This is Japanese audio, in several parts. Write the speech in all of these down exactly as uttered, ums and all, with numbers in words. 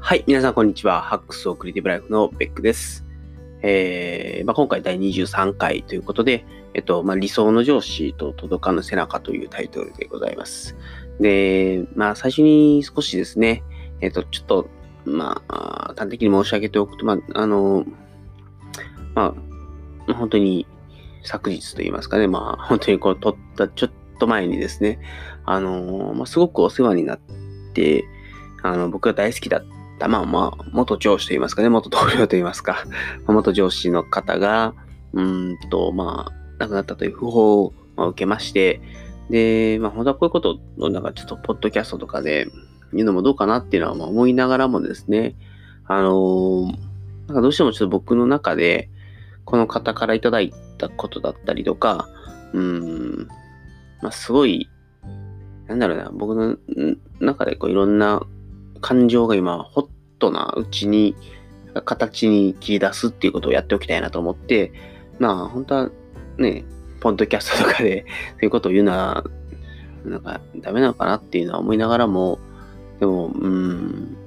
はい、皆さんこんにちは。ハックスオクリティブライフのベックです。えーまあ、今回だいにじゅうさんかいということで、えっとまあ、理想の上司と届かぬ背中というタイトルでございます。で、まあ、最初に少しですね、えっと、ちょっと、まあ、端的に申し上げておくと、まあ、あの、まあ、本当に昨日と言いますかね、まあ、本当にこう、撮ったちょっと前にですね、あの、まあ、すごくお世話になって、あの、僕が大好きだったまあまあ、元上司といいますかね、元同僚といいますか、元上司の方が、うーんと、まあ、亡くなったという訃報を受けまして、で、まあ、本当はこういうことを、なんかちょっと、ポッドキャストとかで言うのもどうかなっていうのは、まあ、思いながらもですね、あのー、なんかどうしてもちょっと僕の中で、この方からいただいたことだったりとか、うーん、まあ、すごい、なんだろうな、僕の中でこういろんな感情が今、ホットなうちに、形に切り出すっていうことをやっておきたいなと思って、まあ、本当はね、ポッドキャストとかでそういうことを言うのは、なんかダメなのかなっていうのは思いながらも、でも、うーん、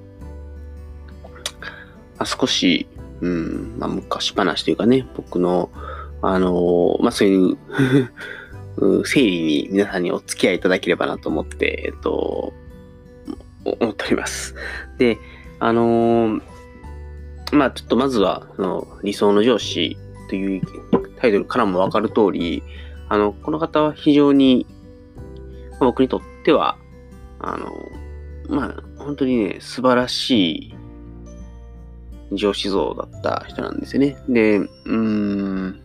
まあ、少し、うん、まあ、昔話というかね、僕の、あの、まあ、そういう整理に皆さんにお付き合いいただければなと思って、えっと、思っております。で、あのー、まあちょっとまずは、その理想の上司というタイトルからもわかる通り、あの、この方は非常に、僕にとっては、あの、まあ本当にね、素晴らしい上司像だった人なんですよね。で、うーん、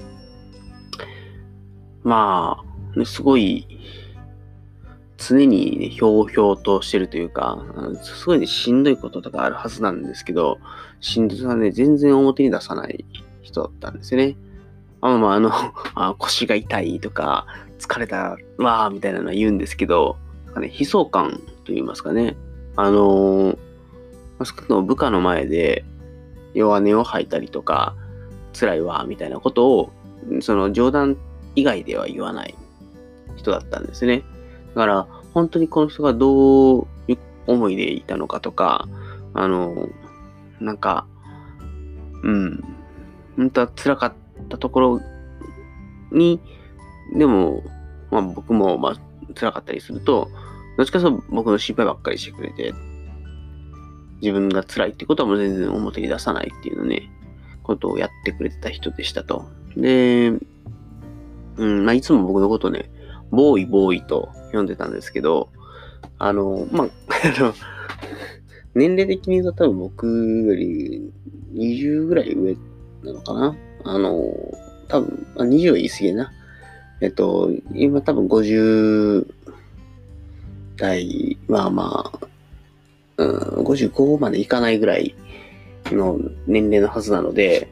まあ、ね、すごい、常にね、ひょうひょうとしてるというか、すごいね、しんどいこととかあるはずなんですけど、しんどさはね、全然表に出さない人だったんですよね。あまあ、あの、あ腰が痛いとか、疲れたわーみたいなのは言うんですけど、なんかね、悲壮感と言いますかね。あのー、少なくとも部下の前で弱音を吐いたりとか、辛いわーみたいなことを、その冗談以外では言わない人だったんですね。だから、本当にこの人がどういう思いでいたのかとか、あの、なんか、うん、本当は辛かったところに、でも、まあ僕もまあ辛かったりすると、どっちかというと僕の心配ばっかりしてくれて、自分が辛いってことはもう全然表に出さないっていうのね、ことをやってくれてた人でしたと。で、うん、まあいつも僕のことね、ボーイボーイと呼んでたんですけど、あの、まあ、あの、年齢的に言うと多分僕よりにじゅうぐらい上なのかな。あの、多分、あにじゅうは言い過ぎな。えっと、今多分ごじゅう代はまあ、うん、ごじゅうごまでいかないぐらいの年齢のはずなので、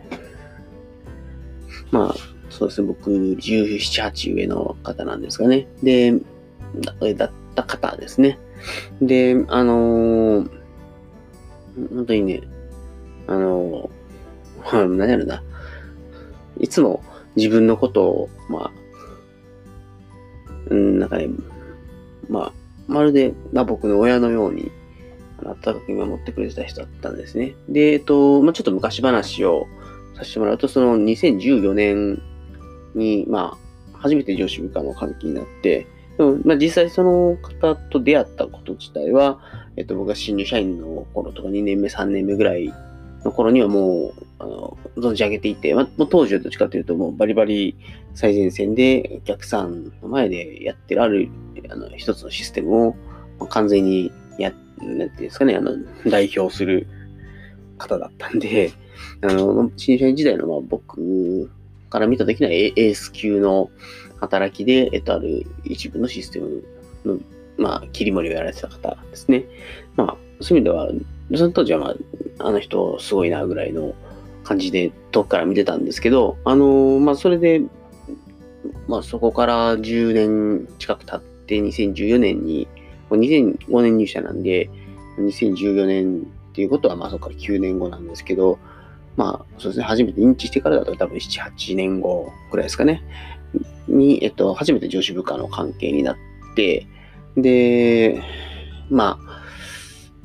まあ、そうですね、僕じゅうなな、はち上の方なんですかね。で、だだった方ですね。で、あのー、本当にね、あのー、何やろな、いつも自分のことを、まあ、うん、なんかね、まあ、まるで、まあ、僕の親のように、温かく見守ってくれてた人だったんですね。で、えっと、まあ、ちょっと昔話をさせてもらうと、そのにせんじゅうよねんに、まあ、初めて上司部下の関係になって、でもまあ、実際その方と出会ったこと自体は、えっと、僕が新入社員の頃とかにねんめ、さんねんめぐらいの頃にはもう、あの、存じ上げていて、まあ、もう当時はどっちかというと、もうバリバリ最前線でお客さんの前でやってるある、あの、一つのシステムを完全にや、なんていうんですかね、あの、代表する方だったんで、あの、新社員時代のまあ僕から見た時にはエース級の働きで、えっと、ある一部のシステムの、まあ、切り盛りをやられてた方ですね。まあ、そういう意味では、その当時はまあ、あの人すごいなぐらいの感じで遠くから見てたんですけど、あの、まあ、それで、まあ、そこからじゅうねん近く経ってにせんじゅうよねんに、にせんごねん入社なんで、にせんじゅうよねんっていうことは、まあそこからきゅうねんごなんですけど、まあそうですね、初めて認知してからだと多分なな、はちねんごくらいですかね、に、えっと、初めて上司部下の関係になって、で、まあ、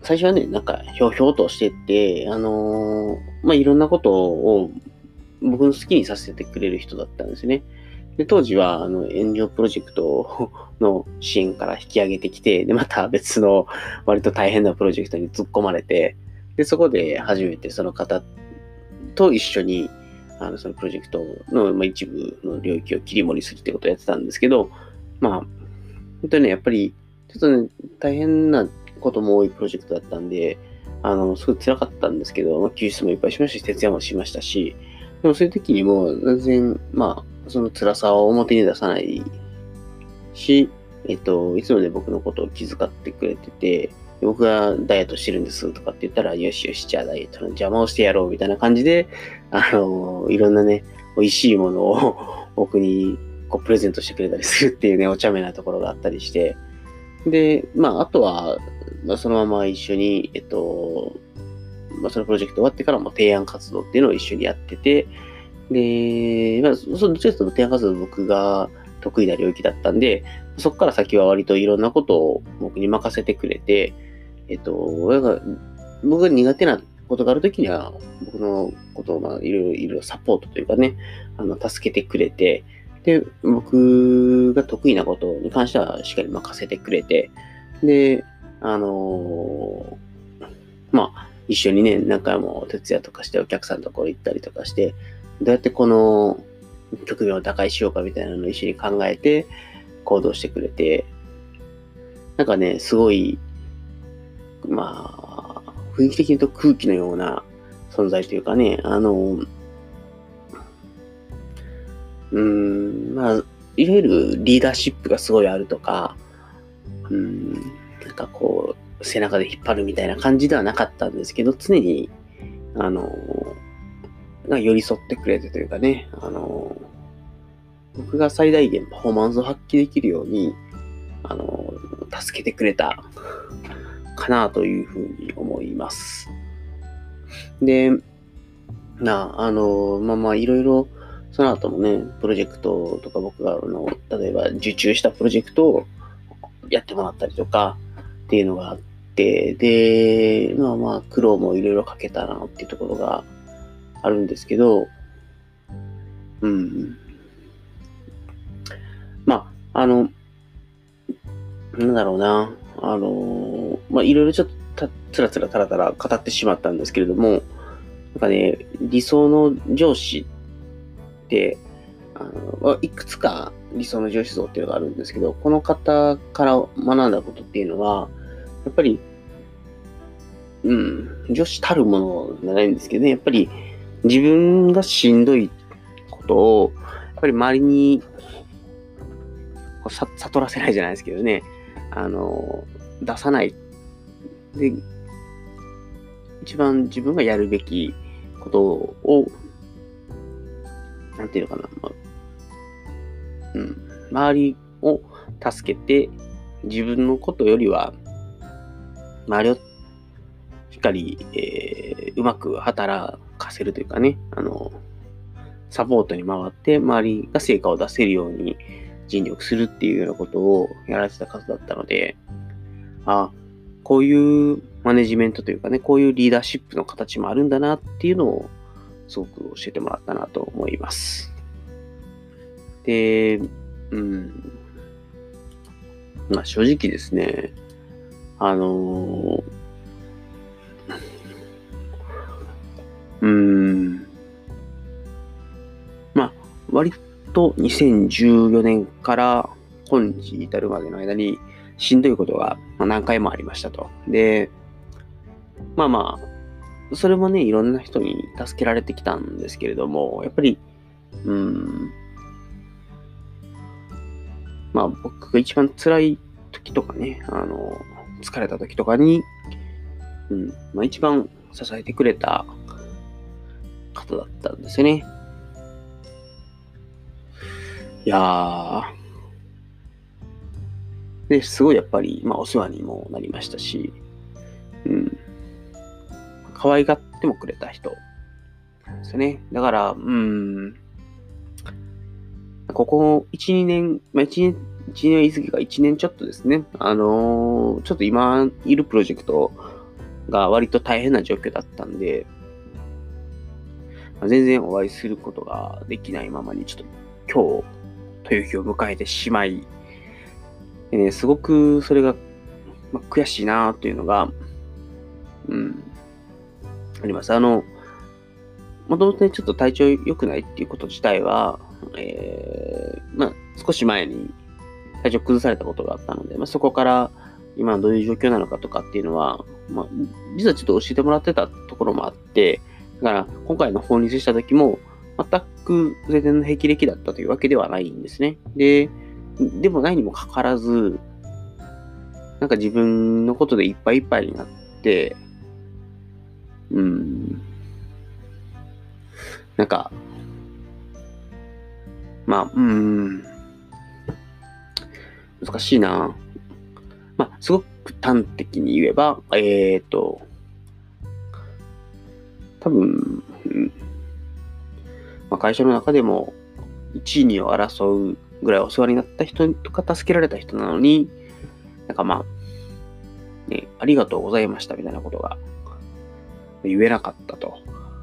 最初はね、なんか、ひょうひょうとしてって、あのーまあ、いろんなことを僕の好きにさせてくれる人だったんですね。で、当時は、あの、援助プロジェクトの支援から引き上げてきて、で、また別の割と大変なプロジェクトに突っ込まれて、で、そこで初めてその方と一緒に、あの、そのプロジェクトの、まあ、一部の領域を切り盛りするってことをやってたんですけど、まあ、本当にね、やっぱり、ちょっとね、大変なことも多いプロジェクトだったんで、あの、すごい辛かったんですけど、まあ、救出もいっぱいしましたし、徹夜もしましたし、でもそういう時にも全然、まあ、その辛さを表に出さないし、えっと、いつもね、僕のことを気遣ってくれてて、僕がダイエットしてるんですとかって言ったら、よしよし、じゃあダイエットの邪魔をしてやろうみたいな感じで、あの、いろんなね、美味しいものを僕にこうプレゼントしてくれたりするっていうね、お茶目なところがあったりして、で、まあ、あとは、まあ、そのまま一緒に、えっと、まあ、そのプロジェクト終わってからも提案活動っていうのを一緒にやってて、で、まあ、そのどっちかというと提案活動僕が得意な領域だったんで、そこから先は割といろんなことを僕に任せてくれて、えっと、だから僕が苦手なことがあるときには、僕のことをまあいろいろいろいろサポートというかね、あの、助けてくれて、で、僕が得意なことに関してはしっかり任せてくれて、で、あのーまあ、一緒にね、何回も徹夜とかしてお客さんのところ行ったりとかして、どうやってこの局面を打開しようかみたいなのを一緒に考えて行動してくれて、なんかね、すごい、まあ、雰囲気的に言うと空気のような存在というかね、あの、うーん、まあ、いわゆるリーダーシップがすごいあるとか、うーん、なんかこう、背中で引っ張るみたいな感じではなかったんですけど、常に、あの、寄り添ってくれてというかね、あの、僕が最大限パフォーマンスを発揮できるように、あの、助けてくれたかなというふうに思います。で、なあ、あの、まあまあ、いろいろ、その後もね、プロジェクトとか僕が、あの、例えば受注したプロジェクトをやってもらったりとかっていうのがあって、で、まあまあ、苦労もいろいろかけたなっていうところがあるんですけど、うん。まあ、あの、なんだろうな、あの、まあ、いろいろちょっとつらつらたらたら語ってしまったんですけれども、なんかね、理想の上司って、あのいくつか理想の上司像っていうのがあるんですけど、この方から学んだことっていうのは、やっぱり、うん、上司たるものじゃないんですけどね、やっぱり自分がしんどいことを、やっぱり周りにこうさ悟らせないじゃないですけどね、あの、出さない。で、一番自分がやるべきことを、なんていうのかな、まあ、うん、周りを助けて、自分のことよりは、周りをしっかり、えー、うまく働かせるというかね、あの、サポートに回って周りが成果を出せるように尽力するっていうようなことをやられてた方だったので、あ、こういうマネジメントというかね、こういうリーダーシップの形もあるんだなっていうのをすごく教えてもらったなと思います。で、うん、まあ正直ですね、あのうーん、まあ割とにせんじゅうよねんから今日至るまでの間にしんどいことが何回もありましたと。で、まあまあ、それもね、いろんな人に助けられてきたんですけれども、やっぱり、うーん、まあ僕が一番辛い時とかね、あの、疲れた時とかに、うん、まあ一番支えてくれた方だったんですよね。いやー、で、すごいやっぱり、まあお世話にもなりましたし、うん、可愛がってもくれた人なんですよね。だから、うん、ここいち、にねん、まあいちねん、いちねん言い過ぎかいちねんちょっとですね。あのー、ちょっと今いるプロジェクトが割と大変な状況だったんで、全然お会いすることができないままにちょっと今日という日を迎えてしまい、でね、すごくそれが、まあ、悔しいなというのが、うん、あります。あの、もともとね、ちょっと体調良くないっていうこと自体は、えー、まあ、少し前に体調崩されたことがあったので、まあ、そこから今どういう状況なのかとかっていうのは、まあ、実はちょっと教えてもらってたところもあって、だから今回の訪日した時も全く全然の霹靂だったというわけではないんですね。で、でもないにもかかわらず、なんか自分のことでいっぱいいっぱいになって、うん、なんか、まあ、うん、難しいな。まあ、すごく端的に言えば、えっと、多分、うんまあ、会社の中でもいちいにを争うぐらいお世話になった人とか助けられた人なのに、なんかまあ、ね、ありがとうございましたみたいなことが言えなかったと。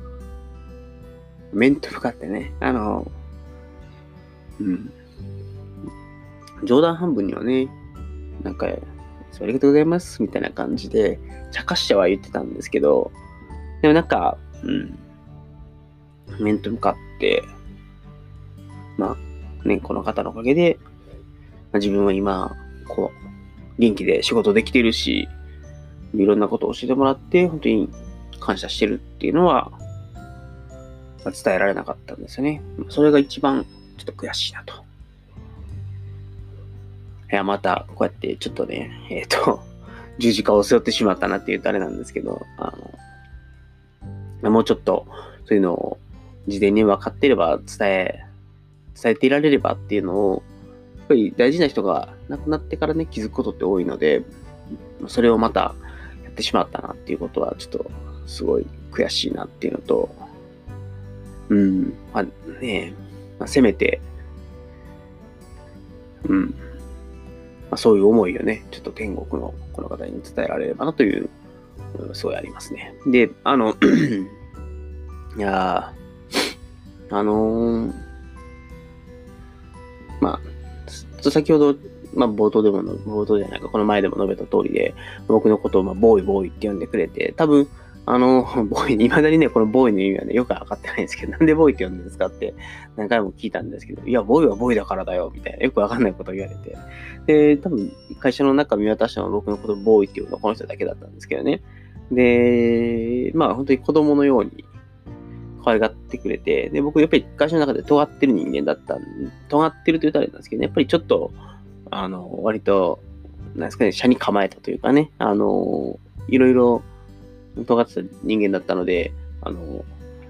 面と向かってね、あの、うん。冗談半分にはね、なんか、ありがとうございますみたいな感じで、茶化しては言ってたんですけど、でもなんか、うん。面と向かって、まあ、ね、この方のおかげで、まあ、自分は今、こう、元気で仕事できてるし、いろんなことを教えてもらって、本当に感謝してるっていうのは、まあ、伝えられなかったんですよね。それが一番ちょっと悔しいなと。いや、また、こうやってちょっとね、えっと、十字架を背負ってしまったなっていうとあれなんですけど、あの、もうちょっと、そういうのを事前に分かっていれば伝え、伝えていられればっていうのを、やっぱり大事な人が亡くなってからね、気づくことって多いので、それをまたやってしまったなっていうことは、ちょっと、すごい悔しいなっていうのと、うん、まあね、まあ、せめて、うん、まあ、そういう思いをね、ちょっと天国のこの方に伝えられればなという、すごいありますね。で、あの、いやー、あのー、まあ、先ほど、まあ、冒頭でもの、冒頭じゃないか、この前でも述べた通りで、僕のことを、まあ、ボーイボーイって呼んでくれて、多分、あの、ボーイに、未だにね、このボーイの意味はね、よくわかってないんですけど、なんでボーイって呼んでるんですかって何回も聞いたんですけど、いや、ボーイはボーイだからだよ、みたいな、よくわかんないことを言われて。で、多分、会社の中見渡したのは僕のことをボーイっていうのはこの人だけだったんですけどね。で、まあ、本当に子供のように可愛がってくれて、で、僕、やっぱり会社の中で尖ってる人間だったん、尖ってると言うとあれなんですけどね、やっぱりちょっと、あの、割と、なんですかね、社に構えたというかね、あの、いろいろ、尖ってた人間だったので、あの、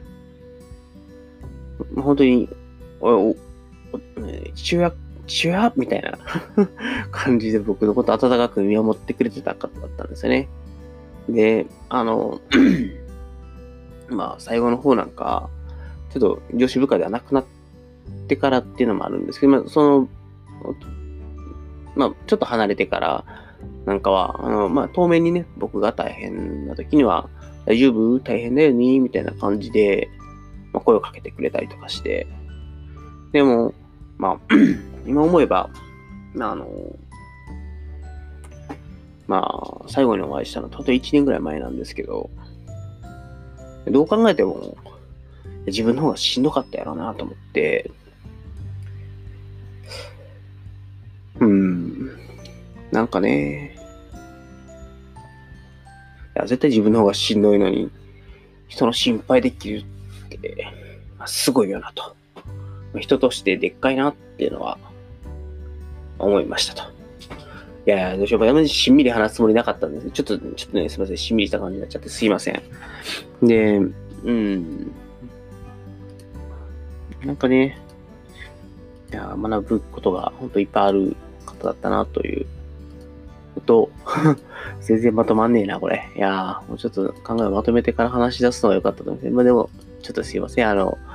本当に、お、お、父親、父親みたいな感じで僕のこと温かく見守ってくれてた方だったんですよね。で、あの、まあ、最後の方なんか、ちょっと上司部下ではなくなってからっていうのもあるんですけど、まあ、その、まあ、ちょっと離れてから、なんかは、あの、まあ、当面にね、僕が大変な時には、大丈夫大変だよねみたいな感じで、まあ、声をかけてくれたりとかして。でも、まあ、今思えば、まあ、あの、まあ、最後にお会いしたのは、たとえいちねんぐらい前なんですけど、どう考えても、自分の方がしんどかったやろうなと思って、うーん、なんかね、いや絶対自分の方がしんどいのに、人の心配できるって、まあ、すごいよなと。人としてでっかいなっていうのは思いましたと。いやいや、どうしよう。あまりしんみり話すつもりなかったんですけど、ちょっと、ちょっとね、すいません。しんみりした感じになっちゃってすいません。で、うん。なんかね、いや学ぶことが本当いっぱいある方だったなというと、全然まとまんねえな、これ。いやー、もうちょっと考えをまとめてから話し出すのが良かったと思うんです。まあでも、ちょっとすいません。あの、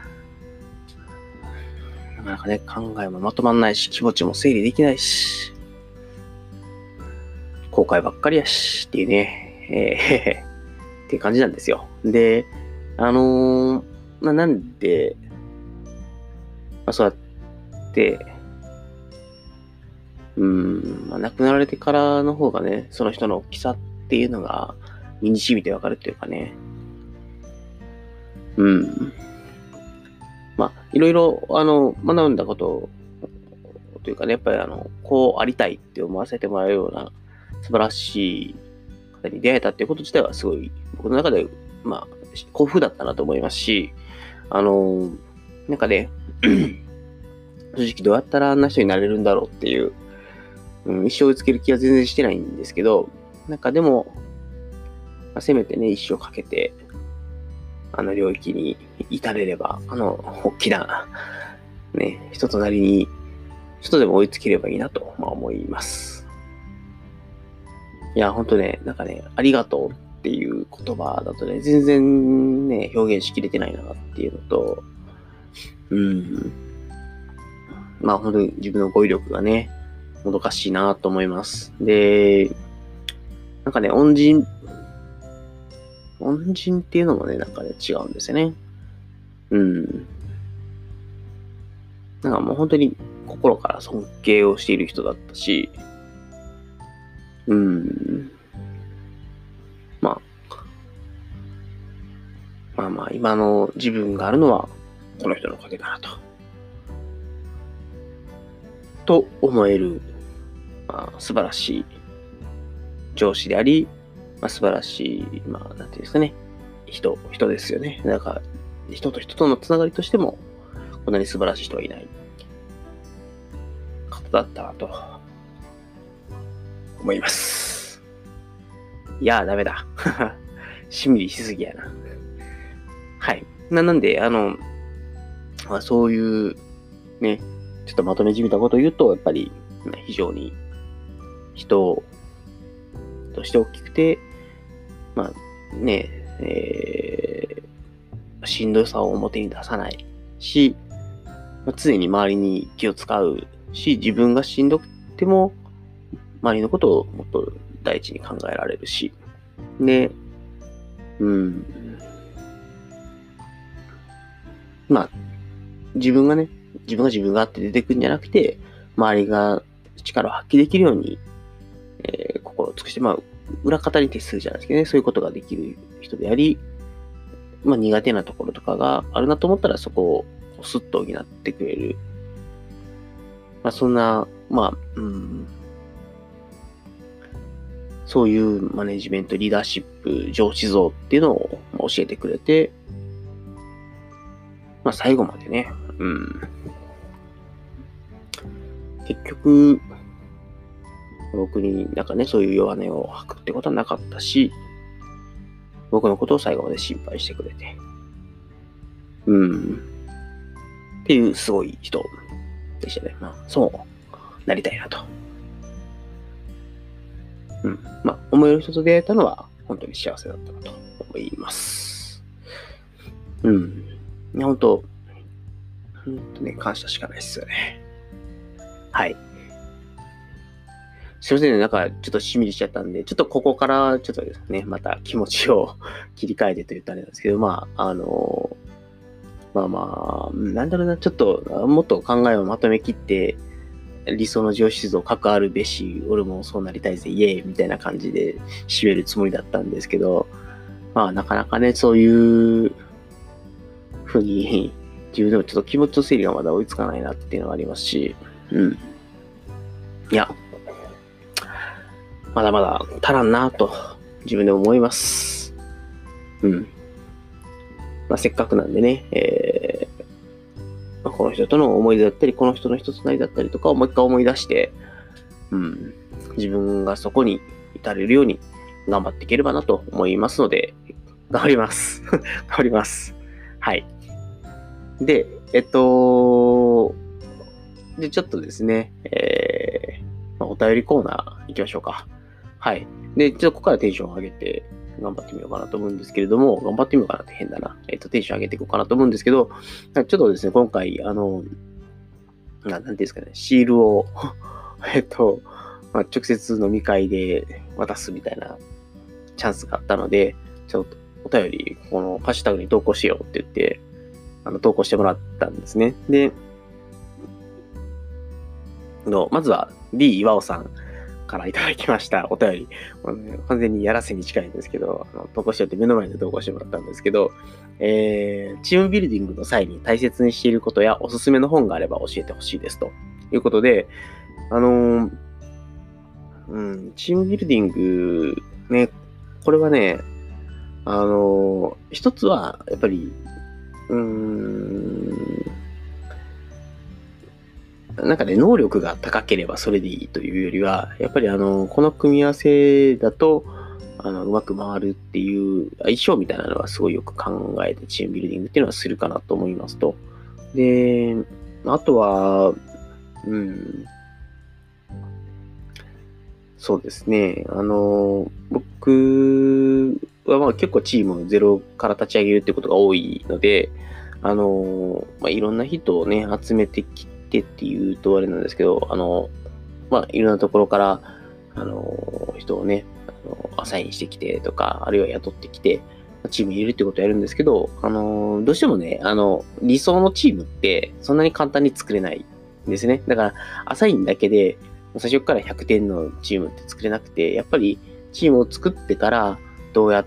なかなかね、考えもまとまんないし、気持ちも整理できないし、後悔ばっかりやし、っていうね、 えー、っていう感じなんですよ。で、あのー、まあ、なんで、まあ、そうやって、うーん、まあ、亡くなられてからの方がね、その人の大きさっていうのが身に染みてわかるっていうかね。うん。まあ、いろいろ、あの、学んだことというかね、やっぱりあの、こうありたいって思わせてもらうような素晴らしい方に出会えたっていうこと自体はすごい、僕の中で、まあ、幸福だったなと思いますし、あの、なんかね、正直どうやったらあんな人になれるんだろうっていう、うん、一生追いつける気は全然してないんですけど、なんかでも、まあ、せめてね、一生かけて、あの領域に至れれば、あの、大きな、ね、人となりに、ちょっとでも追いつければいいなと、まあ、思います。いや、ほんとね、なんかね、ありがとうっていう言葉だとね、全然ね、表現しきれてないなっていうのと、うん。まあ、ほんとに自分の語彙力がね、もどかしいなと思います。で、なんかね、恩人、恩人っていうのもね、なんかね、違うんですよね。うん。なんかもう本当に心から尊敬をしている人だったし、うん。まあ、まあまあ、今の自分があるのは、この人のおかげだなと。と思える、まあ、素晴らしい上司であり、まあ、素晴らしい、まあ、なんていうんですかね、人、人ですよね。なんか、人と人とのつながりとしても、こんなに素晴らしい人はいない方だったなと思います。いやー、ダメだ。しんみりしすぎやな。はい。な、なんで、あの、まあ、そういう、ね、ちょっとまとめじみたことを言うと、やっぱり、非常に人として大きくて、まあね、えー、しんどさを表に出さないし、まあ、常に周りに気を使うし、自分がしんどくても、周りのことをもっと第一に考えられるし、で、うん、まあ、自分がね、自分が自分があって出てくるんじゃなくて、周りが力を発揮できるように、えー、心を尽くして、まあ、裏方に徹するじゃないですかね。そういうことができる人であり、まあ、苦手なところとかがあるなと思ったら、そこをスッと補ってくれる。まあ、そんな、まあ、うん、そういうマネジメント、リーダーシップ、上司像っていうのを教えてくれて、まあ、最後までね、うん、結局、僕になんかね、そういう弱音を吐くってことはなかったし、僕のことを最後まで心配してくれて、うん、っていうすごい人でしたね。まあ、そうなりたいなと。うん。まあ、思える人と出会えたのは、本当に幸せだったなと思います。うん。いや、本当、本当ね、感謝しかないですよね。はい。すいませんね、なんかちょっとしんみりしちゃったんで、ちょっとここからちょっとですね、また気持ちを切り替えてと言ったらあれなんですけど、まあ、あの、まあまあ、なんだろうな、ちょっともっと考えをまとめきって、理想の上司像かくあるべし、俺もそうなりたいぜ、イエーイみたいな感じで締めるつもりだったんですけど、まあなかなかね、そういう風に自分でもちょっと気持ちの整理がまだ追いつかないなっていうのがありますし、うん。いや、まだまだ足らんなと自分で思います。うん。まあせっかくなんでね、えーまあ、この人との思い出だったり、この人の一つなりだったりとかをもう一回思い出して、うん、自分がそこに至れるように頑張っていければなと思いますので、頑張ります。頑張ります。はい。で、えっと、で、ちょっとですね、えーまあ、お便りコーナー行きましょうか。はい。で、ちょっとここからテンションを上げて頑張ってみようかなと思うんですけれども、頑張ってみようかなって変だな。えっと、テンション上げていこうかなと思うんですけど、ちょっとですね、今回、あの、ななんていうんですかね、シールを、えっと、まあ、直接飲み会で渡すみたいな、ちょっチャンスがあったので、ちょっとお便り、このハッシュタグに投稿しようって言って、あの、投稿してもらったんですね。で、のまずは D 岩尾さんからいただきましたお便り。完全にやらせに近いんですけど、あの投稿しようって目の前で投稿してもらったんですけど、えー、チームビルディングの際に大切にしていることやおすすめの本があれば教えてほしいですということで、あのーうん、チームビルディングね、これはね、あのー、一つはやっぱり、うーん、なんかね、能力が高ければそれでいいというよりは、やっぱりあの、この組み合わせだと、あの、うまく回るっていう相性みたいなのはすごいよく考えてチームビルディングっていうのはするかなと思いますと。で、あとは、うん、そうですね、あの、僕はまあ結構チームをゼロから立ち上げるってことが多いので、あの、まあ、いろんな人をね、集めてきてっていうとあれなんですけど、あの、まあ、いろんなところから、あの、人をね、あのアサインしてきてとか、あるいは雇ってきて、チームに入れるってことをやるんですけど、あの、どうしてもね、あの、理想のチームってそんなに簡単に作れないんですね。だから、アサインだけで、最初からひゃくてんのチームって作れなくて、やっぱりチームを作ってからどうやって、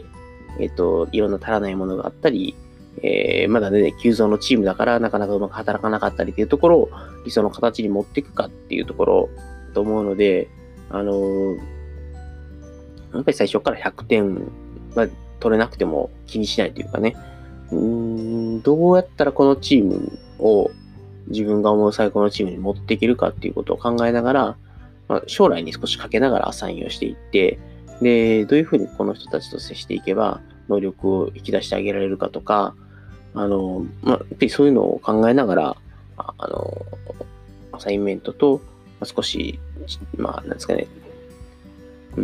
えっと、いろんな足らないものがあったり、えー、まだね、急増のチームだからなかなかうまく働かなかったりっていうところを理想の形に持っていくかっていうところと思うので、あのー、やっぱり最初からひゃくてんが取れなくても気にしないというかね、うーん、どうやったらこのチームを自分が思う最高のチームに持っていけるかっていうことを考えながら、まあ、将来に少しかけながらアサインをしていって、で、どういうふうにこの人たちと接していけば、能力を引き出してあげられるかとか、あの、まあ、やっぱりそういうのを考えながら、あの、アサインメントと、まあ、少し、まあ、なんですかね、うん、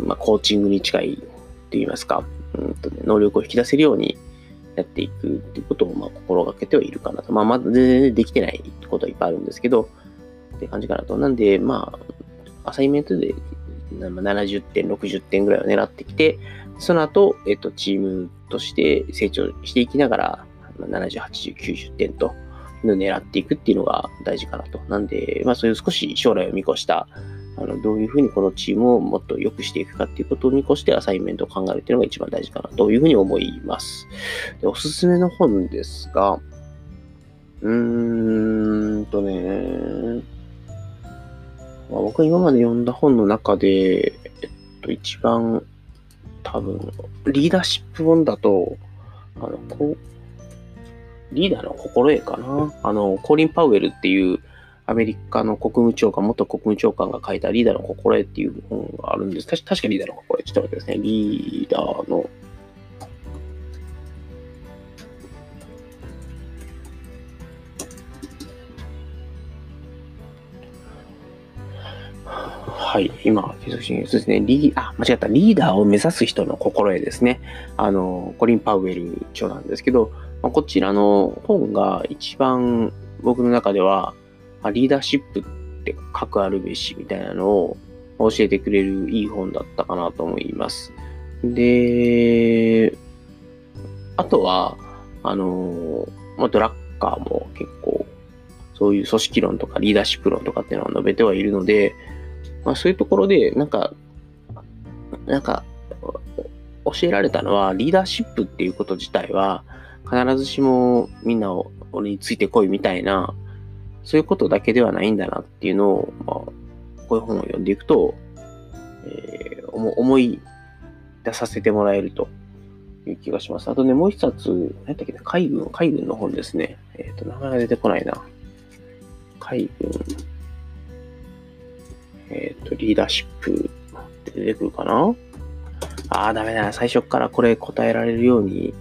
まあ、コーチングに近いと言いますか、うんとね、能力を引き出せるようにやっていくっていうことを、まあ、心がけてはいるかなと。まあ、まだ全然できてないことはいっぱいあるんですけど、って感じかなと。なんで、まあ、アサインメントでななじゅってん、ろくじゅってんぐらいを狙ってきて、その後、えっと、チームとして成長していきながら、ななじゅう、はちじゅう、きゅうじゅってんと狙っていくっていうのが大事かなと。なんで、まあそういう少し将来を見越した、あの、どういうふうにこのチームをもっと良くしていくかっていうことを見越してアサインメントを考えるっていうのが一番大事かなというふうに思います。で、おすすめの本ですが、うーんとね、まあ、僕が今まで読んだ本の中で、えっと、一番多分、リーダーシップ本だと、あの、こう、リーダーの心得かな。あの、コーリン・パウエルっていうアメリカの国務長官、元国務長官が書いたリーダーの心得っていう本があるんです。確かリーダーの心得。ちょっと待ってくださいね。リーダーの、はい、今、検索してみます。そうですね。リー、あ、間違った。リーダーを目指す人の心得ですね。あの、コリン・パウエル著なんですけど、まあ、こちらの本が一番僕の中では、リーダーシップって核あるべしみたいなのを教えてくれるいい本だったかなと思います。で、あとは、あの、まあ、ドラッカーも結構、そういう組織論とかリーダーシップ論とかっていうのを述べてはいるので、まあ、そういうところで、なんか、なんか、教えられたのは、リーダーシップっていうこと自体は、必ずしもみんなを俺についてこいみたいな、そういうことだけではないんだなっていうのを、まあ、こういう本を読んでいくと、えー、思い出させてもらえるという気がします。あとね、もう一冊、何だっけな、海軍、海軍の本ですね。えっと、名前が出てこないな。海軍。えっと、リーダーシップって出てくるかな？ああ、ダメだな。最初からこれ答えられるように。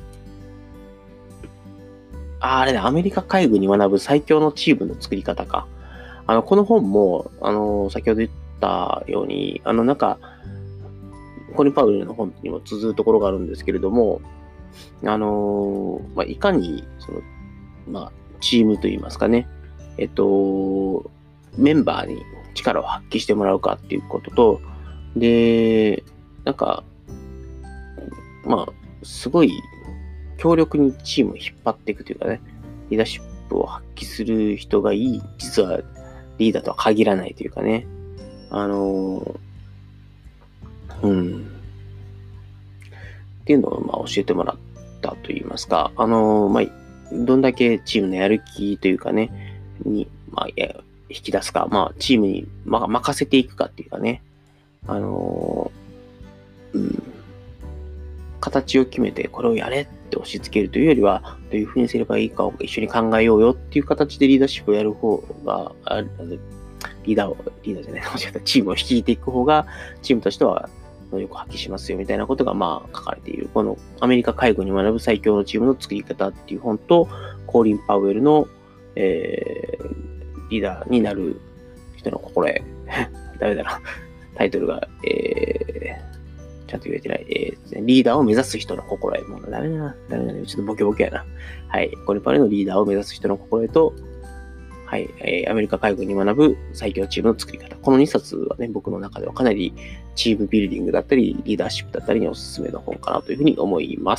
ああ、あれだ。アメリカ海軍に学ぶ最強のチームの作り方か。あの、この本も、あの、先ほど言ったように、あの、なんか、コリン・パウエルの本にも通ずるところがあるんですけれども、あの、まあ、いかに、その、まあ、チームといいますかね、えっと、メンバーに力を発揮してもらうかっていうことと、で、なんか、 まあ、すごい強力にチームを引っ張っていくというかね、リーダーシップを発揮する人がいい、実はリーダーとは限らないというかね、あのー、うん、っていうのをまあ教えてもらったといいますか、あのー、まあ、どんだけチームのやる気というかね、に、まあ、引き出すか、まあ、チームに、まあ、任せていくかっていうかね、あのー、うん、形を決めてこれをやれって押し付けるというよりは、どういうふうにすればいいかを一緒に考えようよっていう形でリーダーシップをやる方が、リーダーを、リーダーじゃない、チームを率いていく方が、チームとしては能力を発揮しますよみたいなことがまあ書かれている。このアメリカ介護に学ぶ最強のチームの作り方っていう本と、コーリン・パウエルの、えー、リーダーになる人の心得。ダメだな。タイトルが、えー、ちゃんと言えてない。えー、リーダーを目指す人の心得。もうダメだな。ダメだね。ちょっとボケボケやな。はい。コーリン・パウエルのリーダーを目指す人の心得と、はい、えー、アメリカ海軍に学ぶ最強チームの作り方。このにさつはね、僕の中ではかなりチームビルディングだったり、リーダーシップだったりにおすすめの本かなというふうに思います。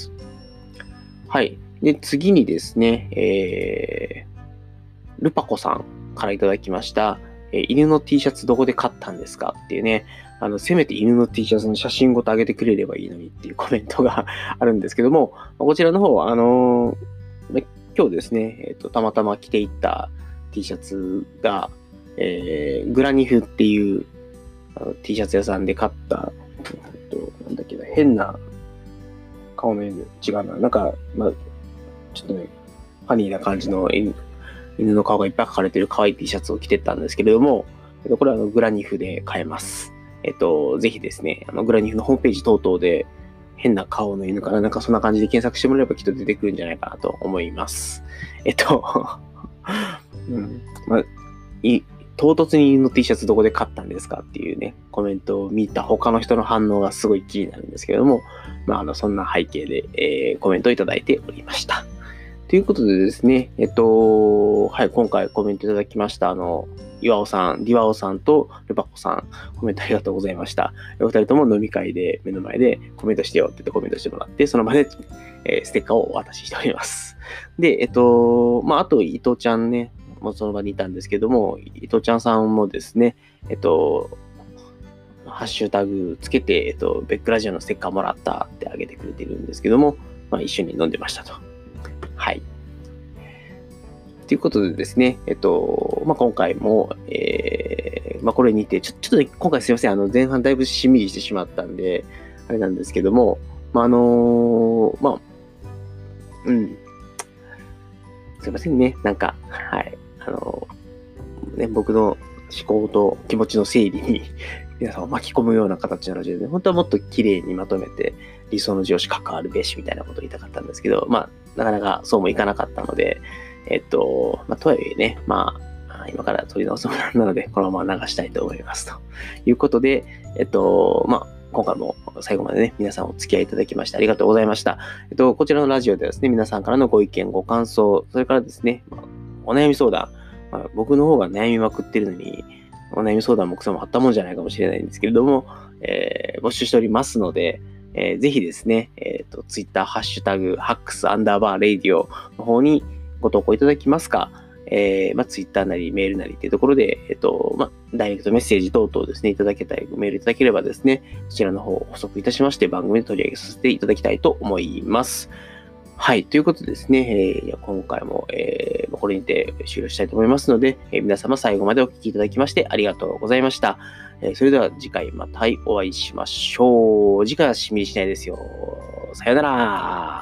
はい。で、次にですね、えー、ルパコさんからいただきました、えー、犬の T シャツどこで買ったんですかっていうね、あの、せめて犬の T シャツの写真ごと上げてくれればいいのにっていうコメントがあるんですけども、こちらの方は、あのー、今日ですね、えっと、たまたま着ていった T シャツが、えー、グラニフっていうあの T シャツ屋さんで買った、えっと、なんだっけな、変な顔の犬、違うな、なんか、まあ、ちょっとね、ファニーな感じの犬、犬の顔がいっぱい描かれてる可愛い T シャツを着てったんですけれども、えっと、これはあのグラニフで買えます。えっと、ぜひですね、あのグラニフのホームページ等々で、変な顔の犬かな、なんかそんな感じで検索してもらえばきっと出てくるんじゃないかなと思います。えっと、うん、まあ、い唐突に犬の T シャツどこで買ったんですかっていうね、コメントを見た他の人の反応がすごい気になるんですけれども、まあ、あの、そんな背景で、えー、コメントをいただいておりました。ということでですね、えっと、はい、今回コメントいただきました、あの、岩尾さん、ディワオさんとルパコさん、コメントありがとうございました。お二人とも飲み会で目の前でコメントしてよって言ってコメントしてもらって、その場で、えー、ステッカーをお渡ししております。で、えっと、まあ、あと伊藤ちゃんね、もうその場にいたんですけども、伊藤ちゃんさんもですね、えっと、ハッシュタグつけて、えっと、ベックラジオのステッカーもらったってあげてくれてるんですけども、まあ、一緒に飲んでましたと。はい。ということでですね、えっと、まあ、今回も、えー、まあ、これにて、ちょ、ちょっとね、今回すいません、あの、前半だいぶしんみりしてしまったんで、あれなんですけども、まあ、あのー、まあ、うん、すいませんね、なんか、はい、あのー、ね、僕の思考と気持ちの整理に皆さんを巻き込むような形なので、ね、本当はもっと綺麗にまとめて、理想の上司関わるべしみたいなことを言いたかったんですけど、まあ、なかなかそうもいかなかったので、えっと、まあ、とはいえね、まあ、今から取り直すものなので、このまま流したいと思います。ということで、えっと、まあ、今回も最後までね、皆さんお付き合いいただきましてありがとうございました。えっと、こちらのラジオではですね、皆さんからのご意見、ご感想、それからですね、まあ、お悩み相談、まあ、僕の方が悩みまくってるのに、お悩み相談も草もあったもんじゃないかもしれないんですけれども、えー、募集しておりますので、えー、ぜひですね、えっと、ツイッター、ハッシュタグ、ハックスアンダーバーレイディオの方にご投稿いただきますか、えー、まあ、ツイッターなりメールなりっていうところで、えっと、まあ、ダイレクトメッセージ等々ですね、いただけたり、メールいただければですね、そちらの方を補足いたしまして、番組で取り上げさせていただきたいと思います。はい。ということでですね、えー、今回も、えー、これにて終了したいと思いますので、えー、皆様最後までお聞きいただきましてありがとうございました。えー、それでは次回またお会いしましょう。次回はしんみりしないですよ。さよなら。